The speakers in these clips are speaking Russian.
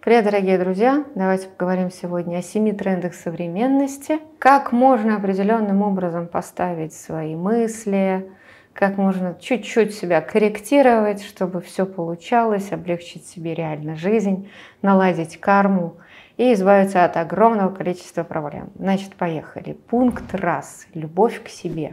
Привет, дорогие друзья! Давайте поговорим сегодня о 7 трендах современности. Как можно определенным образом поставить свои мысли, как можно чуть-чуть себя корректировать, чтобы все получалось, облегчить себе реально жизнь, наладить карму и избавиться от огромного количества проблем. Значит, поехали. Пункт раз. Любовь к себе.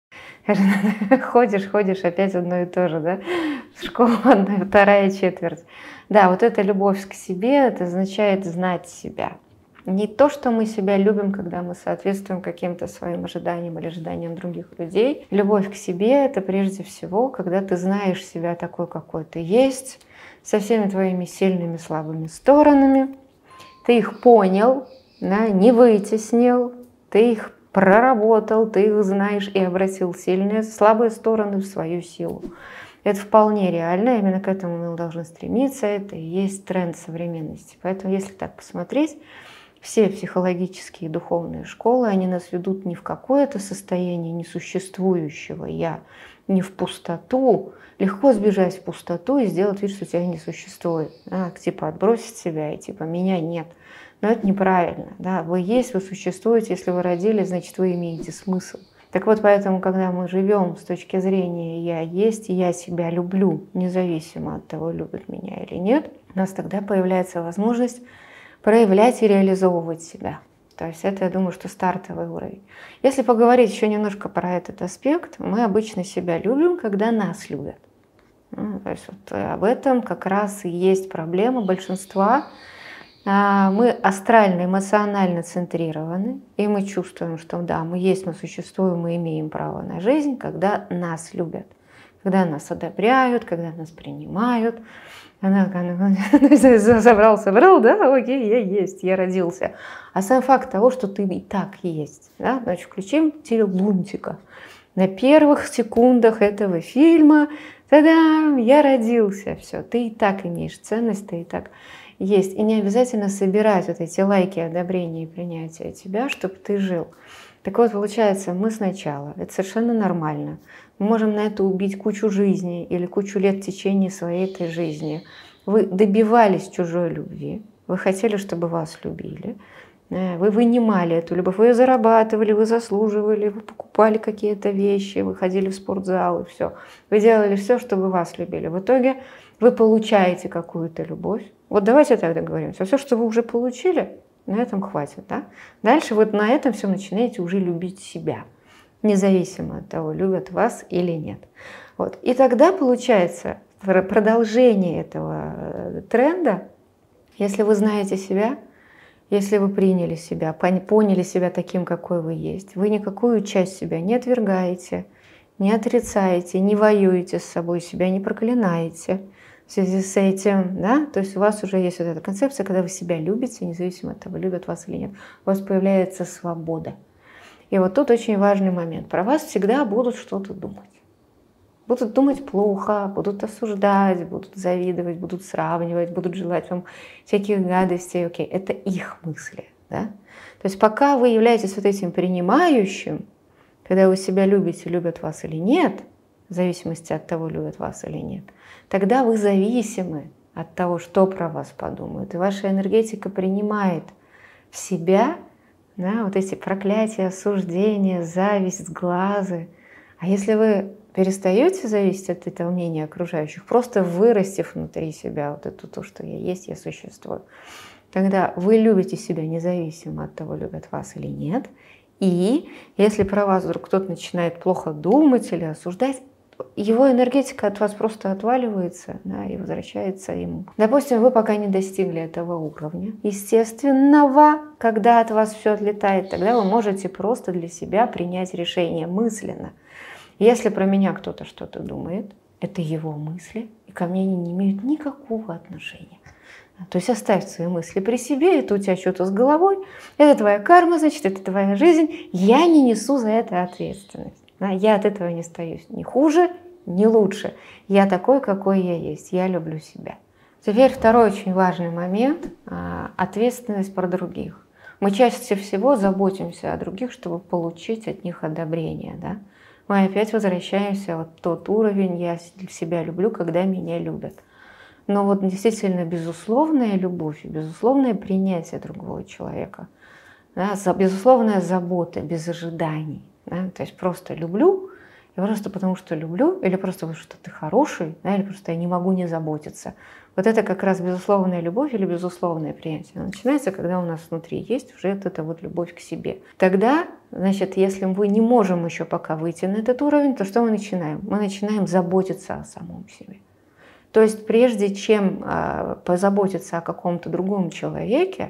Ходишь, опять одно и то же, да? Школа одна, вторая четверть. Да, вот эта любовь к себе, это означает знать себя. Не то, что мы себя любим, когда мы соответствуем каким-то своим ожиданиям или ожиданиям других людей. Любовь к себе — это прежде всего, когда ты знаешь себя такой, какой ты есть, со всеми твоими сильными, слабыми сторонами. Ты их понял, да, не вытеснил, ты их проработал, ты их знаешь и обратил сильные, слабые стороны в свою силу. Это вполне реально, именно к этому мы должны стремиться, это и есть тренд современности. Поэтому, если так посмотреть, все психологические и духовные школы, они нас ведут не в какое-то состояние несуществующего «я», не в пустоту. Легко сбежать в пустоту и сделать вид, что тебя не существует. Да? Типа отбросить себя и типа «меня нет». Но это неправильно. Да? Вы есть, вы существуете, если вы родились, значит, вы имеете смысл. Так вот, поэтому, когда мы живем с точки зрения «я есть», и «я себя люблю», независимо от того, любит меня или нет, у нас тогда появляется возможность проявлять и реализовывать себя. То есть это, я думаю, что стартовый уровень. Если поговорить еще немножко про этот аспект, мы обычно себя любим, когда нас любят. То есть вот об этом как раз и есть проблема большинства. Мы астрально, эмоционально центрированы, и мы чувствуем, что да, мы есть, мы существуем, мы имеем право на жизнь, когда нас любят, когда нас одобряют, когда нас принимают. Собрал, да, окей, я есть, я родился. А сам факт того, что ты и так есть, да, значит, включим Лунтика. На первых секундах этого фильма, та-дам, я родился, все, ты и так имеешь ценность, ты и так есть. И не обязательно собирать вот эти лайки, одобрения и принятия тебя, чтобы ты жил. Так вот, получается, мы сначала, это совершенно нормально, мы можем на это убить кучу жизней или кучу лет в течение своей этой жизни. Вы добивались чужой любви, вы хотели, чтобы вас любили, вы вынимали эту любовь, вы ее зарабатывали, вы заслуживали, вы покупали какие-то вещи, вы ходили в спортзал и все. Вы делали все, чтобы вас любили. В итоге вы получаете какую-то любовь. Вот давайте так договоримся. Все, что вы уже получили, на этом хватит. Да? Дальше вот на этом все начинаете уже любить себя, независимо от того, любят вас или нет. Вот. И тогда получается продолжение этого тренда, если вы знаете себя, если вы приняли себя, поняли себя таким, какой вы есть, вы никакую часть себя не отвергаете, не отрицаете, не воюете с собой, себя не проклинаете в связи с этим, да? То есть у вас уже есть вот эта концепция, когда вы себя любите, независимо от того, любят вас или нет, у вас появляется свобода. И вот тут очень важный момент. Про вас всегда будут что-то думать. Будут думать плохо, будут осуждать, будут завидовать, будут сравнивать, будут желать вам всяких гадостей. Окей, это их мысли. Да? То есть пока вы являетесь вот этим принимающим, когда вы себя любите, любят вас или нет, в зависимости от того, любят вас или нет, тогда вы зависимы от того, что про вас подумают. И ваша энергетика принимает в себя, да, вот эти проклятия, осуждения, зависть, сглазы. А если вы перестаете зависеть от этого мнения окружающих, просто вырастив внутри себя вот это то, что я есть, я существую, тогда вы любите себя независимо от того, любят вас или нет. И если про вас вдруг кто-то начинает плохо думать или осуждать, его энергетика от вас просто отваливается, да, и возвращается ему. Допустим, вы пока не достигли этого уровня естественного, когда от вас все отлетает, тогда вы можете просто для себя принять решение мысленно. Если про меня кто-то что-то думает, это его мысли, и ко мне они не имеют никакого отношения. То есть оставь свои мысли при себе, это у тебя что-то с головой, это твоя карма, значит, это твоя жизнь, я не несу за это ответственность. Я от этого не остаюсь ни хуже, ни лучше. Я такой, какой я есть, я люблю себя. Теперь второй очень важный момент – ответственность про других. Мы чаще всего заботимся о других, чтобы получить от них одобрение. Да? Мы опять возвращаемся в тот уровень «я себя люблю, когда меня любят». Но вот действительно безусловная любовь и безусловное принятие другого человека, да, безусловная забота, без ожиданий. Да, то есть просто люблю, и просто потому что люблю, или просто потому что ты хороший, да, или просто я не могу не заботиться. Вот это как раз безусловная любовь или безусловное принятие. Она начинается, когда у нас внутри есть уже эта вот любовь к себе. Тогда, значит, если мы не можем еще пока выйти на этот уровень, то что мы начинаем? Мы начинаем заботиться о самом себе. То есть прежде чем позаботиться о каком-то другом человеке,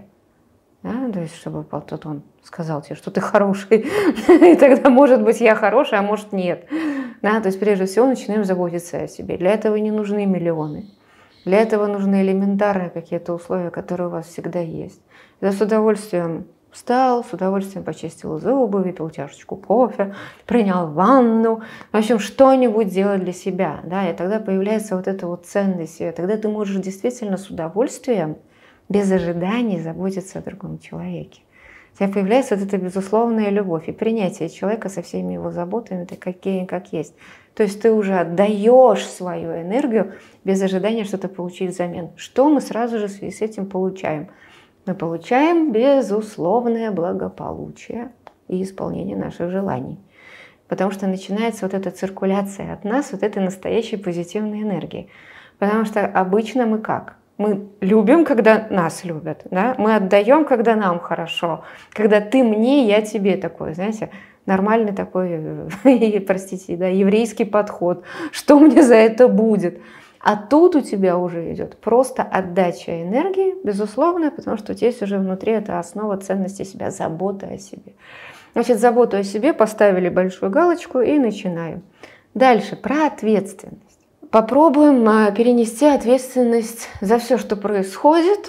да, то есть чтобы тут он сказал тебе, что ты хороший, и тогда, может быть, я хороший, а может, нет. Да, то есть прежде всего начинаем заботиться о себе. Для этого не нужны миллионы. Для этого нужны элементарные какие-то условия, которые у вас всегда есть. Я с удовольствием встал, с удовольствием почистил зубы, выпил чашечку кофе, принял ванну. В общем, что-нибудь делать для себя. Да, и тогда появляется вот эта вот ценность. И тогда ты можешь действительно с удовольствием, без ожиданий заботиться о другом человеке. У тебя появляется вот эта безусловная любовь и принятие человека со всеми его заботами, такие, как есть. То есть ты уже отдаешь свою энергию без ожидания что-то получить взамен. Что мы сразу же в связи с этим получаем? Мы получаем безусловное благополучие и исполнение наших желаний. Потому что начинается вот эта циркуляция от нас, вот этой настоящей позитивной энергии. Потому что обычно мы как? Мы любим, когда нас любят, да? Мы отдаем, когда нам хорошо, когда ты мне, я тебе такой, знаете, нормальный такой, простите, да, еврейский подход, что мне за это будет. А тут у тебя уже идет просто отдача энергии, безусловно, потому что здесь уже внутри это основа ценности себя, забота о себе. Значит, заботу о себе поставили большую галочку и начинаем. Дальше про ответственность. Попробуем перенести ответственность за все, что происходит,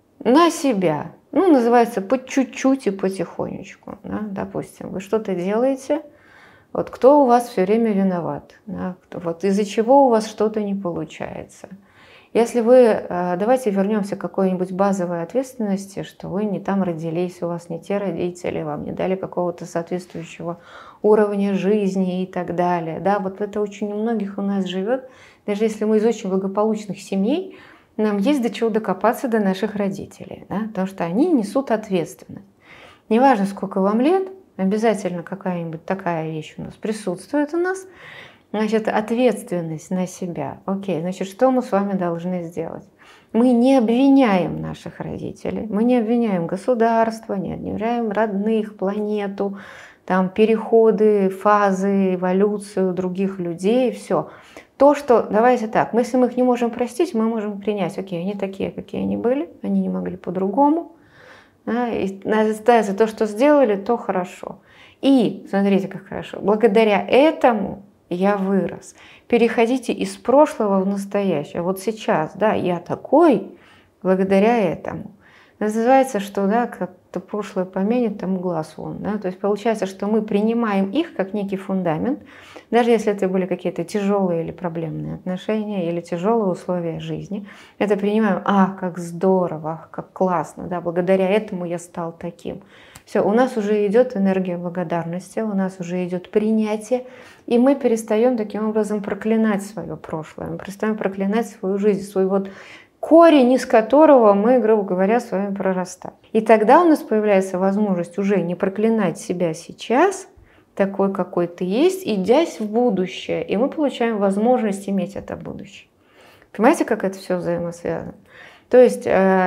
на себя. Ну, называется по чуть-чуть и потихонечку. Да? Допустим, вы что-то делаете, вот кто у вас все время виноват, да? Вот из-за чего у вас что-то не получается. Если вы, давайте вернемся к какой-нибудь базовой ответственности, что вы не там родились, у вас не те родители, вам не дали какого-то соответствующего уровня жизни и так далее. Да, вот это очень у многих у нас живет. Даже если мы из очень благополучных семей, нам есть до чего докопаться до наших родителей, да? Потому что они несут ответственность. Неважно, сколько вам лет, обязательно какая-нибудь такая вещь у нас присутствует у нас. Значит, ответственность на себя. Окей, значит, что мы с вами должны сделать? Мы не обвиняем наших родителей, мы не обвиняем государство, не обвиняем родных, планету, там, переходы, фазы, эволюцию других людей, все. То, что, давайте так, если мы их не можем простить, мы можем принять, окей, они такие, какие они были, они не могли по-другому. Да, и остается то, что сделали, то хорошо. И, смотрите, как хорошо, благодаря этому я вырос. Переходите из прошлого в настоящее. Вот сейчас, да, я такой благодаря этому. Называется, что, да, как-то прошлое помянет, тому глаз вон. Да? То есть получается, что мы принимаем их как некий фундамент, даже если это были какие-то тяжелые или проблемные отношения, или тяжелые условия жизни. Это принимаем, как здорово, как классно, да, благодаря этому я стал таким. Все, у нас уже идет энергия благодарности, у нас уже идет принятие, и мы перестаем таким образом проклинать свое прошлое, мы перестаем проклинать свою жизнь, свой вот корень, из которого мы, грубо говоря, с вами прорастаем. И тогда у нас появляется возможность уже не проклинать себя сейчас, такой, какой ты есть, идясь в будущее. И мы получаем возможность иметь это будущее. Понимаете, как это все взаимосвязано? То есть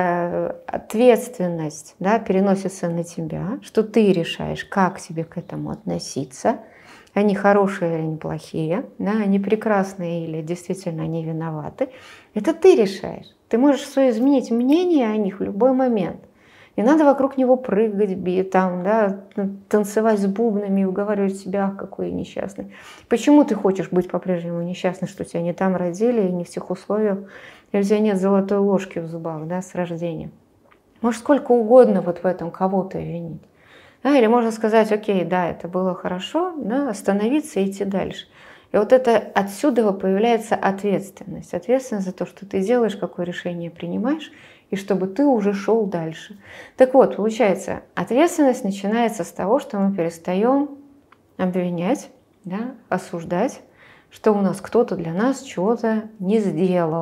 ответственность, да, переносится на тебя, что ты решаешь, как тебе к этому относиться. Они хорошие или неплохие, да, они прекрасные или действительно они виноваты. Это ты решаешь. Ты можешь свое изменить мнение о них в любой момент. Не надо вокруг него прыгать, там, да, танцевать с бубнами и уговаривать себя, какой я несчастный. Почему ты хочешь быть по-прежнему несчастным, что тебя не там родили и не в тех условиях, или у тебя нет золотой ложки в зубах, да, с рождения. Может, сколько угодно вот в этом кого-то винить. Да, или можно сказать, окей, да, это было хорошо, да, остановиться и идти дальше. И вот это отсюда появляется ответственность. Ответственность за то, что ты делаешь, какое решение принимаешь, и чтобы ты уже шел дальше. Так вот, получается, ответственность начинается с того, что мы перестаем обвинять, да, осуждать, что у нас кто-то для нас чего-то не сделал.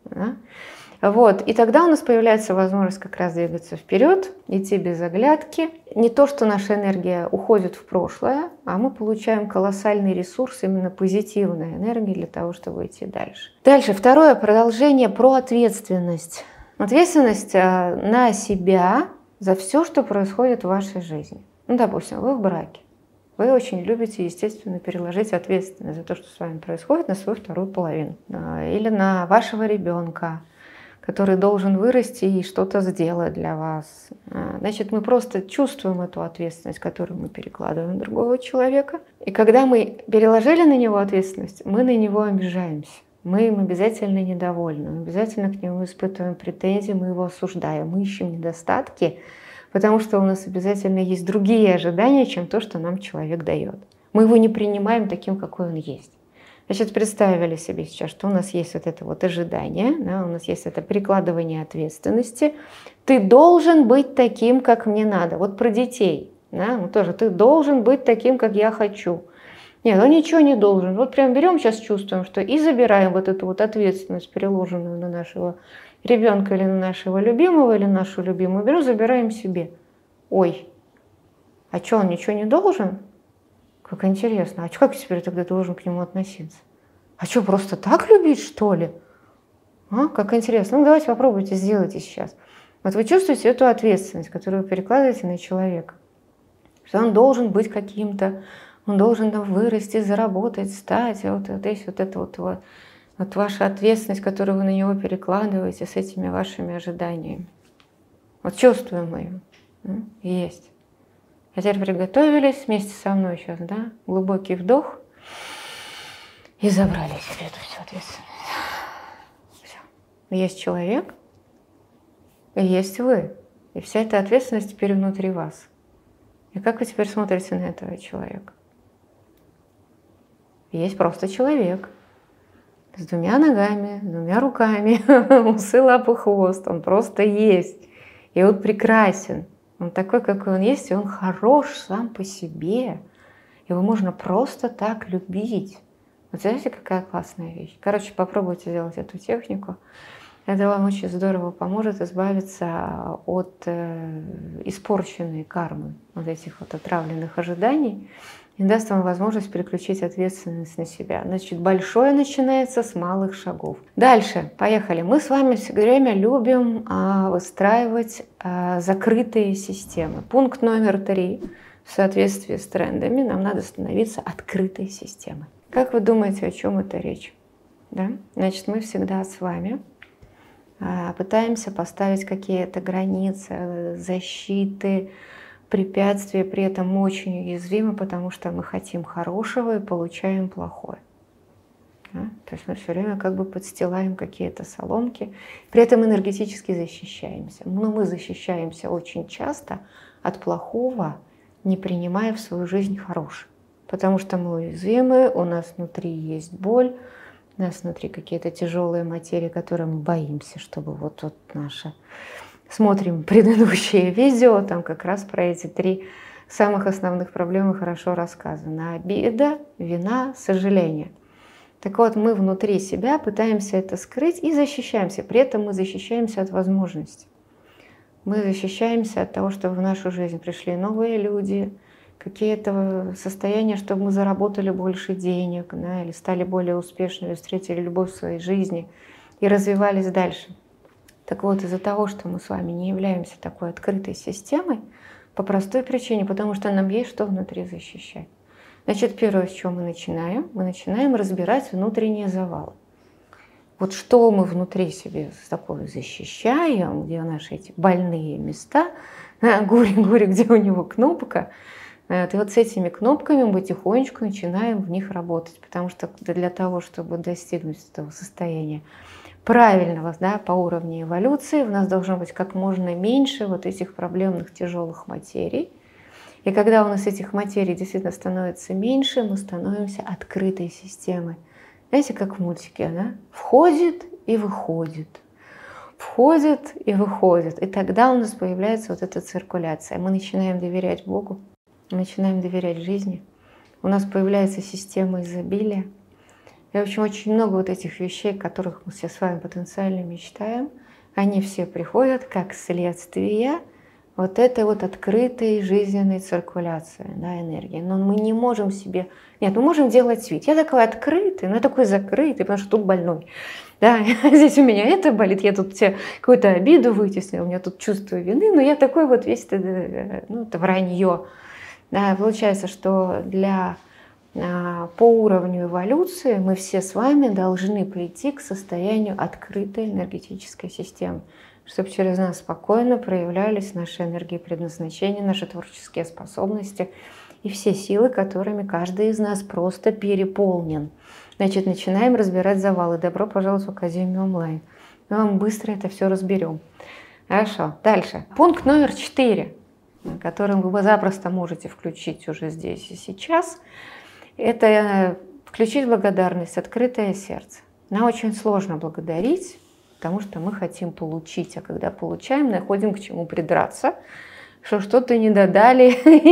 Да? Вот. И тогда у нас появляется возможность как раз двигаться вперед, идти без оглядки. Не то, что наша энергия уходит в прошлое, а мы получаем колоссальный ресурс, именно позитивной энергии для того, чтобы идти дальше. Дальше, второе продолжение про ответственность. Ответственность на себя за все, что происходит в вашей жизни. Ну, допустим, вы в браке. Вы очень любите, естественно, переложить ответственность за то, что с вами происходит, на свою вторую половину. Или на вашего ребенка, который должен вырасти и что-то сделать для вас. Значит, мы просто чувствуем эту ответственность, которую мы перекладываем на другого человека. И когда мы переложили на него ответственность, мы на него обижаемся. Мы им обязательно недовольны, мы обязательно к нему испытываем претензии, мы его осуждаем, мы ищем недостатки, потому что у нас обязательно есть другие ожидания, чем то, что нам человек дает. Мы его не принимаем таким, какой он есть. Значит, представили себе сейчас, что у нас есть вот это вот ожидание, да, у нас есть это перекладывание ответственности. Ты должен быть таким, как мне надо. Вот про детей, да, ну тоже ты должен быть таким, как я хочу. Нет, он ничего не должен. Вот прям берем сейчас, чувствуем, что и забираем вот эту вот ответственность, переложенную на нашего ребенка или на нашего любимого, или нашу любимую, берем, забираем себе. Ой, а что, он ничего не должен? Как интересно. А как теперь тогда должен к нему относиться? А что, просто так любить, что ли? Как интересно. Ну, давайте попробуйте, сделайте сейчас. Вот вы чувствуете эту ответственность, которую вы перекладываете на человека. Что он должен быть каким-то, он должен вырасти, заработать, стать. Вот здесь вот это вот ваша ответственность, которую вы на него перекладываете с этими вашими ожиданиями. Вот чувствуем мы ее. Есть. А теперь приготовились вместе со мной сейчас, да? Глубокий вдох. И забрали себе эту всю ответственность. Все. Есть человек, и есть вы. И вся эта ответственность теперь внутри вас. И как вы теперь смотрите на этого человека? Есть просто человек. С двумя ногами, с двумя руками, усы, лапы, хвост. Он просто есть. И он прекрасен. Он такой, какой он есть, и он хорош сам по себе. Его можно просто так любить. Вот знаете, какая классная вещь? Короче, попробуйте сделать эту технику. Это вам очень здорово поможет избавиться от испорченной кармы, вот этих вот отравленных ожиданий, и даст вам возможность переключить ответственность на себя. Значит, большое начинается с малых шагов. Дальше, поехали. Мы с вами все время любим выстраивать закрытые системы. Пункт номер 3. В соответствии с трендами нам надо становиться открытой системой. Как вы думаете, о чем это речь? Да? Значит, мы всегда с вами пытаемся поставить какие-то границы, защиты, препятствия, при этом мы очень уязвимы, потому что мы хотим хорошего и получаем плохое. Да? То есть мы все время как бы подстилаем какие-то соломки, при этом энергетически защищаемся. Но мы защищаемся очень часто от плохого, не принимая в свою жизнь хорошее. Потому что мы уязвимы, у нас внутри есть боль, у нас внутри какие-то тяжелые материи, которые мы боимся, чтобы вот наше... Смотрим предыдущее видео, там как раз про эти 3 самых основных проблемы хорошо рассказано. Обида, вина, сожаление. Так вот, мы внутри себя пытаемся это скрыть и защищаемся. При этом мы защищаемся от возможностей. Мы защищаемся от того, чтобы в нашу жизнь пришли новые люди, какие-то состояния, чтобы мы заработали больше денег, да, или стали более успешными, встретили любовь в своей жизни и развивались дальше. Так вот, из-за того, что мы с вами не являемся такой открытой системой, по простой причине, потому что нам есть что внутри защищать. Значит, первое, с чего мы начинаем разбирать внутренние завалы. Вот что мы внутри себе такое защищаем, где наши эти больные места, горе, где у него кнопка. И вот с этими кнопками мы потихонечку начинаем в них работать, потому что для того, чтобы достигнуть этого состояния правильного, да, по уровню эволюции, у нас должно быть как можно меньше вот этих проблемных тяжелых материй. И когда у нас этих материй действительно становится меньше, мы становимся открытой системой. Знаете, как в мультике, да? Входит и выходит. Входит и выходит. И тогда у нас появляется вот эта циркуляция. Мы начинаем доверять Богу, мы начинаем доверять жизни. У нас появляется система изобилия. И, в общем, очень много вот этих вещей, о которых мы все с вами потенциально мечтаем, они все приходят как следствие вот этой вот открытой жизненной циркуляции, да, энергии. Но мы не можем себе... Нет, мы можем делать вид. Я такой открытый, но я такой закрытый, потому что тут больной. Да, здесь у меня это болит, я тут тебе какую-то обиду вытеснил, у меня тут чувство вины, но я такой вот весь, ну, это вранье. Да, получается, что по уровню эволюции мы все с вами должны прийти к состоянию открытой энергетической системы, чтобы через нас спокойно проявлялись наши энергии предназначения, наши творческие способности и все силы, которыми каждый из нас просто переполнен. Значит, начинаем разбирать завалы. Добро пожаловать в Академию онлайн. Мы вам быстро это все разберем. Хорошо, дальше. Пункт номер 4, который вы запросто можете включить уже здесь и сейчас, это включить благодарность, открытое сердце. Нам очень сложно благодарить, потому что мы хотим получить, а когда получаем, находим к чему придраться, что что-то не додали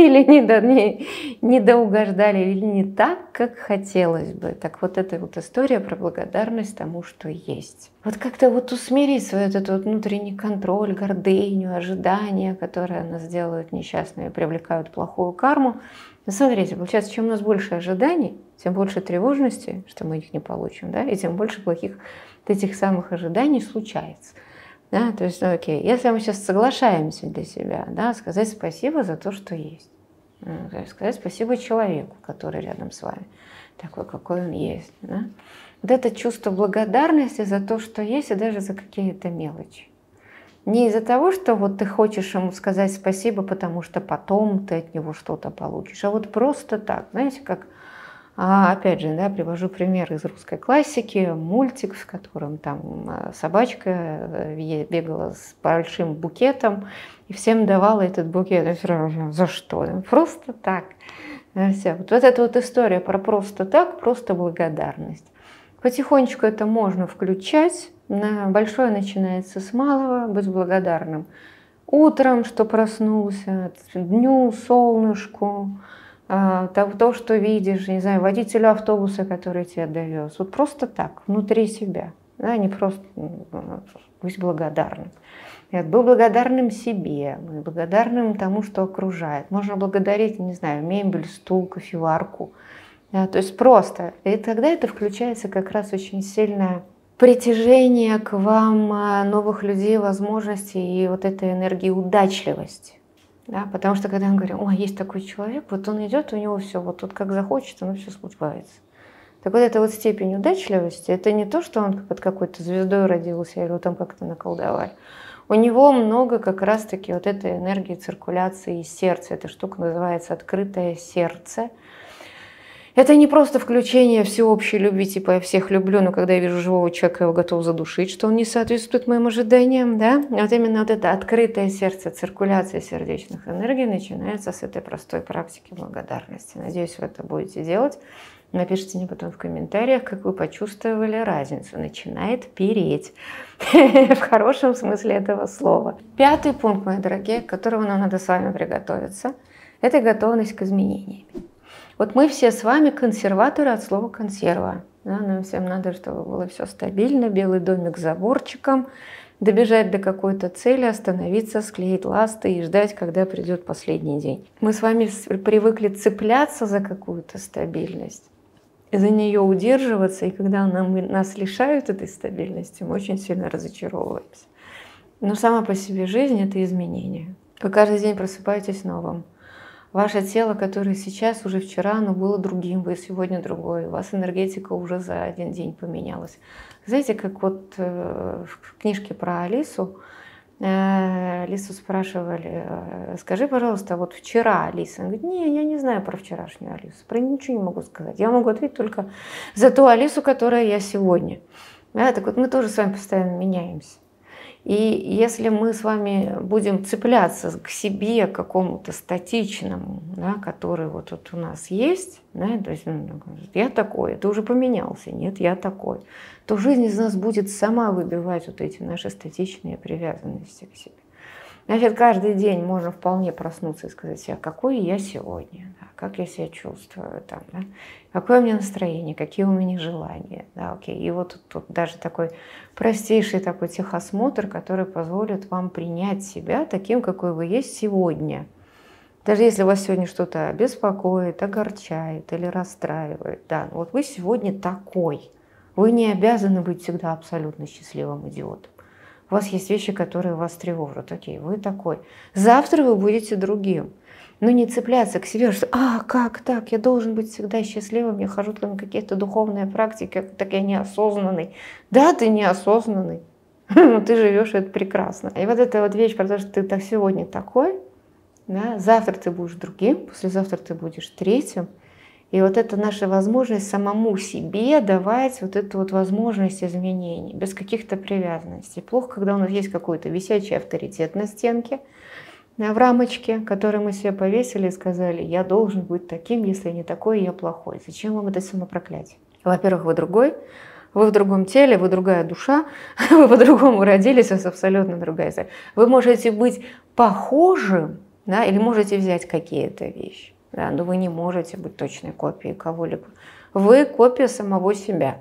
или не доугождали, или не так, как хотелось бы. Так вот эта вот история про благодарность тому, что есть. Вот как-то вот усмирить свой этот вот внутренний контроль, гордыню, ожидания, которые нас делают несчастными, привлекают плохую карму. Но смотрите, получается, чем у нас больше ожиданий, тем больше тревожности, что мы их не получим, да, и тем больше плохих этих самых ожиданий случается. Да, то есть, ну, окей, если мы сейчас соглашаемся для себя, да, сказать спасибо за то, что есть. То есть сказать спасибо человеку, который рядом с вами, такой, какой он есть. Да. Вот это чувство благодарности за то, что есть, и даже за какие-то мелочи. Не из-за того, что вот ты хочешь ему сказать спасибо, потому что потом ты от него что-то получишь, а вот просто так, знаете, как, опять же, да, привожу пример из русской классики, мультик, в котором там собачка бегала с большим букетом и всем давала этот букет. За что? Просто так. Все. Вот эта вот история про просто так, просто благодарность. Потихонечку это можно включать. Большое начинается с малого, быть благодарным утром, что проснулся, дню, солнышку, то, что видишь, не знаю, водителю автобуса, который тебя довез. Вот просто так, внутри себя, да, не просто быть благодарным. Быть благодарным себе, быть благодарным тому, что окружает. Можно благодарить, не знаю, мебель, стул, кофеварку. Да, то есть просто. И тогда это включается как раз очень сильное притяжение к вам новых людей, возможностей и вот этой энергии удачливости. Да, потому что когда мы говорим, ой, есть такой человек, вот он идет, у него все, вот тут как захочет, оно все случается. Так вот эта вот степень удачливости, это не то, что он под какой-то звездой родился или его там как-то наколдовали. У него много как раз-таки вот этой энергии циркуляции из сердца. Эта штука называется открытое сердце. Это не просто включение всеобщей любви, типа я всех люблю, но когда я вижу живого человека, я его готов задушить, что он не соответствует моим ожиданиям, да? Вот именно вот это открытое сердце, циркуляция сердечных энергий начинается с этой простой практики благодарности. Надеюсь, вы это будете делать. Напишите мне потом в комментариях, как вы почувствовали разницу. Начинает переть. В хорошем смысле этого слова. 5-й пункт, мои дорогие, к которому нам надо с вами приготовиться, это готовность к изменениям. Вот мы все с вами консерваторы от слова консерва. Да, нам всем надо, чтобы было все стабильно, белый домик с заборчиком, добежать до какой-то цели, остановиться, склеить ласты и ждать, когда придет последний день. Мы с вами привыкли цепляться за какую-то стабильность, за нее удерживаться, и когда нас лишают этой стабильности, мы очень сильно разочаровываемся. Но сама по себе жизнь – это изменение. Вы каждый день просыпаетесь новым. Ваше тело, которое сейчас, уже вчера, оно было другим, вы сегодня другой. У вас энергетика уже за один день поменялась. Знаете, как вот в книжке про Алису, Алису спрашивали, скажи, пожалуйста, вот вчера Алиса. Она говорит, не, я не знаю про вчерашнюю Алису, про ничего не могу сказать. Я могу ответить только за ту Алису, которая я сегодня. Да, так вот мы тоже с вами постоянно меняемся. И если мы с вами будем цепляться к себе, к какому-то статичному, да, который вот у нас есть, да, то есть я такой, ты уже поменялся, нет, я такой, то жизнь из нас будет сама выбивать вот эти наши статичные привязанности к себе. Значит, каждый день можно вполне проснуться и сказать себе, какой я сегодня, да, как я себя чувствую, там, да, какое у меня настроение, какие у меня желания. Да, окей. И вот тут даже такой простейший такой техосмотр, который позволит вам принять себя таким, какой вы есть сегодня. Даже если вас сегодня что-то беспокоит, огорчает или расстраивает, да, вот вы сегодня такой. Вы не обязаны быть всегда абсолютно счастливым идиотом. У вас есть вещи, которые вас тревожат. Окей, вы такой. Завтра вы будете другим. Но не цепляться к себе, что как так, я должен быть всегда счастливым, я хожу на какие-то духовные практики, так я неосознанный. Да, ты неосознанный, но ты живешь, это прекрасно. И вот эта вот вещь про то, что ты так сегодня такой, да, завтра ты будешь другим, послезавтра ты будешь третьим. И вот это наша возможность самому себе давать вот эту вот возможность изменений, без каких-то привязанностей. Плохо, когда у нас есть какой-то висячий авторитет на стенке, в рамочке, который мы себе повесили и сказали, я должен быть таким, если не такой, я плохой. Зачем вам это самопроклятие? Во-первых, вы другой, вы в другом теле, вы другая душа, вы по-другому родились, у вас абсолютно другая цель. Вы можете быть похожим, да, или можете взять какие-то вещи. Да, но вы не можете быть точной копией кого-либо. Вы копия самого себя.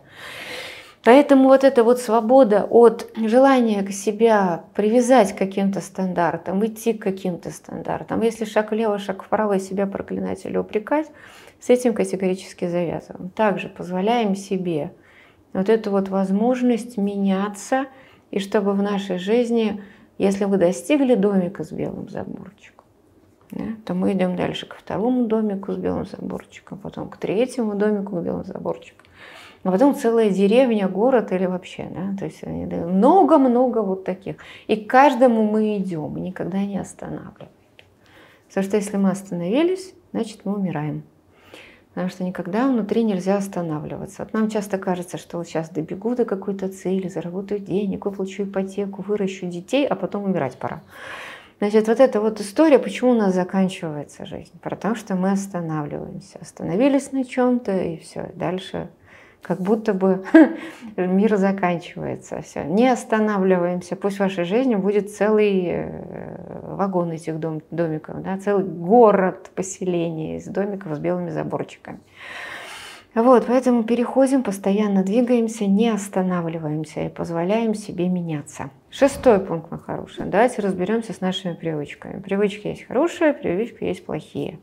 Поэтому вот эта вот свобода от желания к себя привязать к каким-то стандартам, идти к каким-то стандартам. Если шаг влево, шаг вправо, и себя проклинать или упрекать, с этим категорически завязываем. Также позволяем себе вот эту вот возможность меняться, и чтобы в нашей жизни, если вы достигли домика с белым заборчиком, да, то мы идем дальше к второму домику с белым заборчиком, потом к третьему домику с белым заборчиком, а потом целая деревня, город или вообще, да, то есть много-много вот таких. И к каждому мы идем, и никогда не останавливаемся. Потому что если мы остановились, значит мы умираем. Потому что никогда внутри нельзя останавливаться. Вот нам часто кажется, что вот сейчас добегу до какой-то цели, заработаю денег, выплачу ипотеку, выращу детей, а потом умирать пора. Значит, вот эта вот история, почему у нас заканчивается жизнь? Потому что мы останавливаемся. Остановились на чем-то, и все, дальше как будто бы мир заканчивается. Все. Не останавливаемся, пусть в вашей жизни будет целый вагон этих домиков, да, целый город, поселение из домиков с белыми заборчиками. Вот, поэтому переходим, постоянно двигаемся, не останавливаемся и позволяем себе меняться. 6-й пункт, мой хороший. Давайте разберемся с нашими привычками. Привычки есть хорошие, привычки есть плохие.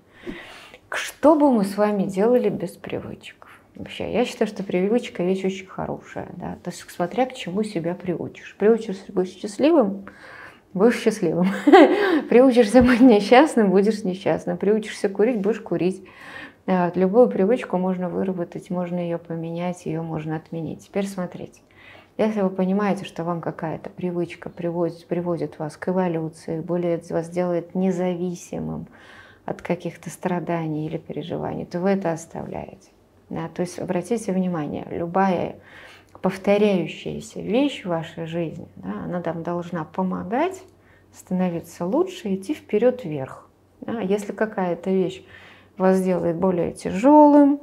Что бы мы с вами делали без привычек? Вообще, я считаю, что привычка вещь очень хорошая. Да? То есть, смотря к чему себя приучишь. Приучишься быть счастливым, будешь счастливым. Приучишься быть несчастным, будешь несчастным. Приучишься курить, будешь курить. Любую привычку можно выработать, можно ее поменять, ее можно отменить. Теперь смотрите. Если вы понимаете, что вам какая-то привычка приводит вас к эволюции, более вас делает независимым от каких-то страданий или переживаний, то вы это оставляете. Да, то есть обратите внимание, любая повторяющаяся вещь в вашей жизни, да, она там должна помогать становиться лучше, идти вперед вверх. Да. Если какая-то вещь вас делает более тяжелым,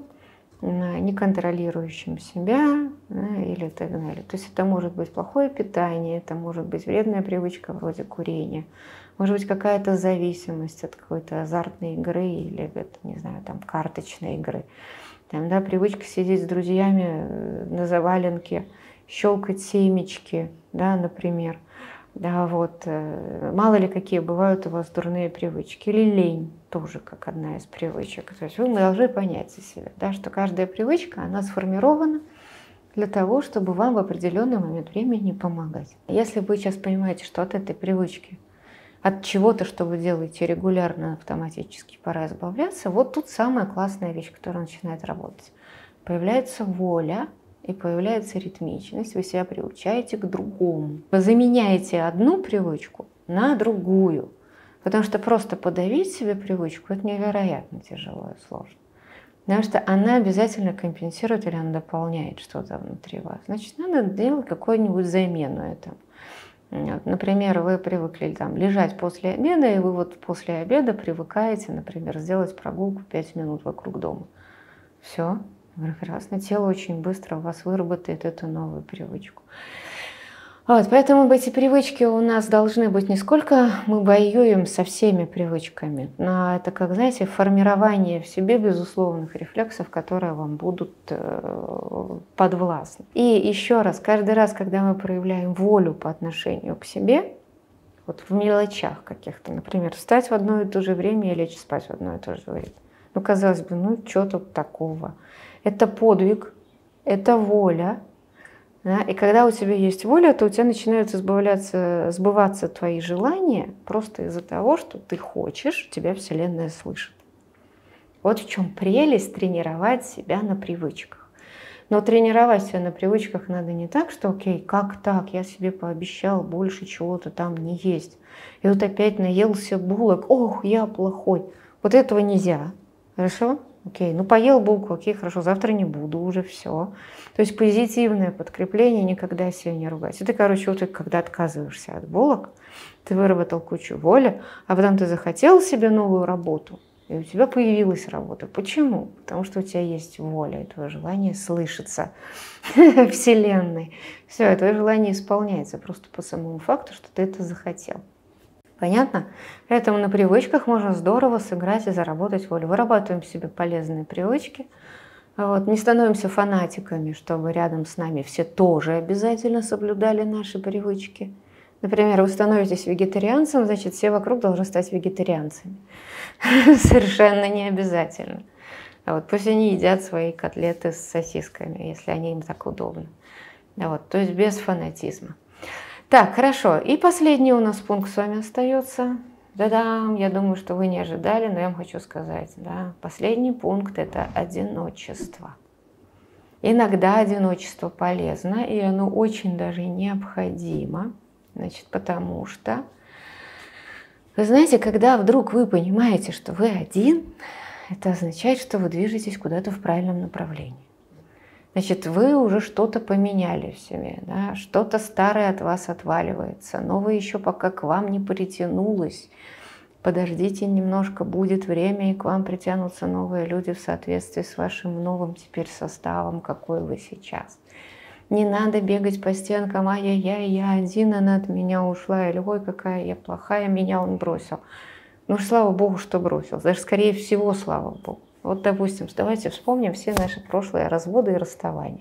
неконтролирующим себя, да, или так далее. То есть это может быть плохое питание, это может быть вредная привычка вроде курения, может быть какая-то зависимость от какой-то азартной игры или, не знаю, там, карточной игры. Там, да, привычка сидеть с друзьями на заваленке, щелкать семечки, да, например. Да, вот, мало ли какие бывают у вас дурные привычки. Или лень тоже как одна из привычек. То есть вы должны понять за себя, да, что каждая привычка, она сформирована для того, чтобы вам в определенный момент времени помогать. Если вы сейчас понимаете, что от этой привычки, от чего-то, что вы делаете регулярно, автоматически пора избавляться, вот тут самая классная вещь, которая начинает работать. Появляется воля, и появляется ритмичность, вы себя приучаете к другому. Вы заменяете одну привычку на другую, потому что просто подавить себе привычку – это невероятно тяжело и сложно. Потому что она обязательно компенсирует или она дополняет что-то внутри вас. Значит, надо делать какую-нибудь замену этому. Например, вы привыкли там, лежать после обеда, и вы вот после обеда привыкаете, например, сделать прогулку 5 минут вокруг дома. Все. Прекрасно. Тело очень быстро у вас выработает эту новую привычку. Вот, поэтому эти привычки у нас должны быть не сколько мы воюем со всеми привычками, но это, как знаете, формирование в себе безусловных рефлексов, которые вам будут подвластны. И еще раз, каждый раз, когда мы проявляем волю по отношению к себе, вот в мелочах каких-то, например, встать в одно и то же время и лечь спать в одно и то же время. Ну, казалось бы, ну что тут такого? Это подвиг, это воля. Да? И когда у тебя есть воля, то у тебя начинают сбываться твои желания просто из-за того, что ты хочешь, тебя Вселенная слышит. Вот в чем прелесть тренировать себя на привычках. Но тренировать себя на привычках надо не так, что окей, как так, я себе пообещал больше чего-то там не есть. И вот опять наелся булок, ох, я плохой. Вот этого нельзя, хорошо? Окей, ну поел булку, окей, хорошо, завтра не буду, уже все. То есть позитивное подкрепление, никогда себя не ругать. Это, короче, вот когда отказываешься от булок, ты выработал кучу воли, а потом ты захотел себе новую работу, и у тебя появилась работа. Почему? Потому что у тебя есть воля, и твое желание слышится Вселенной. Все, твое желание исполняется просто по самому факту, что ты это захотел. Понятно? Поэтому на привычках можно здорово сыграть и заработать волю. Вырабатываем себе полезные привычки. Вот. Не становимся фанатиками, чтобы рядом с нами все тоже обязательно соблюдали наши привычки. Например, вы становитесь вегетарианцем, значит, все вокруг должны стать вегетарианцами. Совершенно не обязательно. А вот пусть они едят свои котлеты с сосисками, если они им так удобно. Вот. То есть без фанатизма. Так, хорошо. И последний у нас пункт с вами остается. Да-да, я думаю, что вы не ожидали, но я вам хочу сказать. Да, последний пункт – это одиночество. Иногда одиночество полезно, и оно очень даже необходимо. Значит, потому что, вы знаете, когда вдруг вы понимаете, что вы один, это означает, что вы движетесь куда-то в правильном направлении. Значит, вы уже что-то поменяли в себе, да? Что-то старое от вас отваливается, новое еще пока к вам не притянулось. Подождите немножко, будет время, и к вам притянутся новые люди в соответствии с вашим новым теперь составом, какой вы сейчас. Не надо бегать по стенкам, ай-яй-яй, я один, она от меня ушла, или ой, какая я плохая, меня он бросил. Ну, слава Богу, что бросил, даже скорее всего, слава Богу. Вот, допустим, давайте вспомним все наши прошлые разводы и расставания,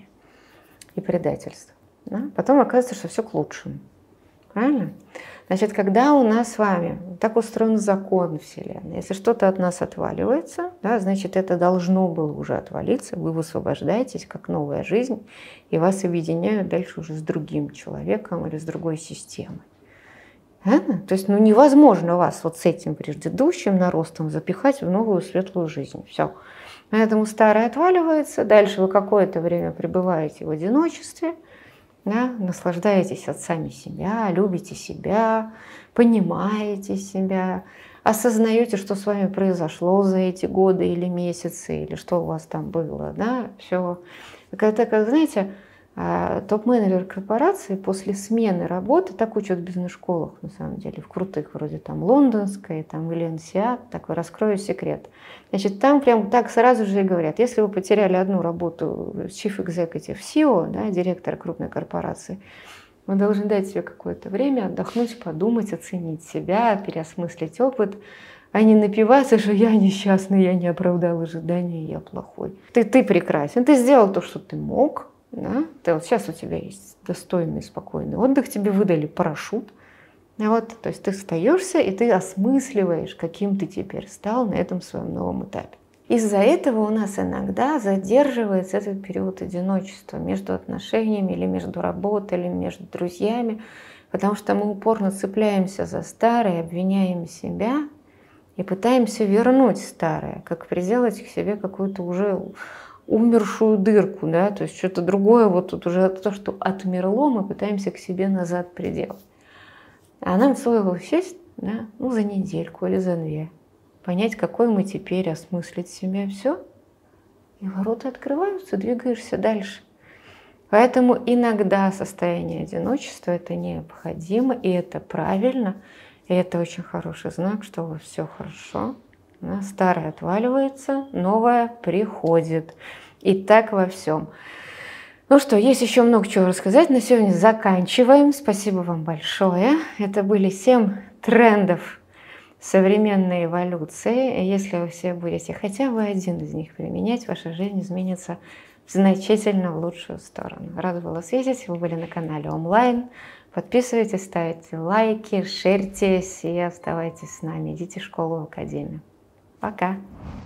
и предательства. Да? Потом оказывается, что все к лучшему. Правильно? Значит, когда у нас с вами, так устроен закон Вселенной, если что-то от нас отваливается, да, значит, это должно было уже отвалиться, вы высвобождаетесь, как новая жизнь, и вас объединяют дальше уже с другим человеком или с другой системой. Правильно? То есть невозможно вас вот с этим предыдущим наростом запихать в новую светлую жизнь. Все. Поэтому старое отваливается, дальше вы какое-то время пребываете в одиночестве, да, наслаждаетесь от сами себя, любите себя, понимаете себя, осознаете, что с вами произошло за эти годы или месяцы, или что у вас там было. Да, все. Это, как знаете, топ-менеджер корпорации после смены работы, так учат в бизнес-школах, на самом деле, в крутых, вроде там лондонской, там, или INSEAD, такой раскрою секрет. Значит, там прям так сразу же и говорят, если вы потеряли одну работу Chief Executive CEO, да, директора крупной корпорации, вы должны дать себе какое-то время отдохнуть, подумать, оценить себя, переосмыслить опыт, а не напиваться, что я несчастный, я не оправдал ожидания, я плохой. Ты прекрасен, ты сделал то, что ты мог. Да? Вот сейчас у тебя есть достойный, спокойный отдых, тебе выдали парашют. Вот, то есть ты остаешься и ты осмысливаешь, каким ты теперь стал на этом своем новом этапе. Из-за этого у нас иногда задерживается этот период одиночества между отношениями или между работой, или между друзьями, потому что мы упорно цепляемся за старое, обвиняем себя и пытаемся вернуть старое, как приделать к себе какую-то уже умершую дырку, да, то есть что-то другое, вот тут уже то, что отмерло, мы пытаемся к себе назад приделать. А нам своего сесть, да, ну, за недельку или за две, понять, какой мы теперь, осмыслить себя, все, и ворота открываются, двигаешься дальше. Поэтому иногда состояние одиночества – это необходимо, и это правильно, и это очень хороший знак, что у вас все хорошо. Старое отваливается, новое приходит. И так во всем. Ну что, есть еще много чего рассказать. На сегодня заканчиваем. Спасибо вам большое. Это были 7 трендов современной эволюции. Если вы все будете хотя бы один из них применять, ваша жизнь изменится значительно в лучшую сторону. Рада была вас видеть. Вы были на канале онлайн. Подписывайтесь, ставьте лайки, шерьтесь и оставайтесь с нами. Идите в школу, в академию. Пока!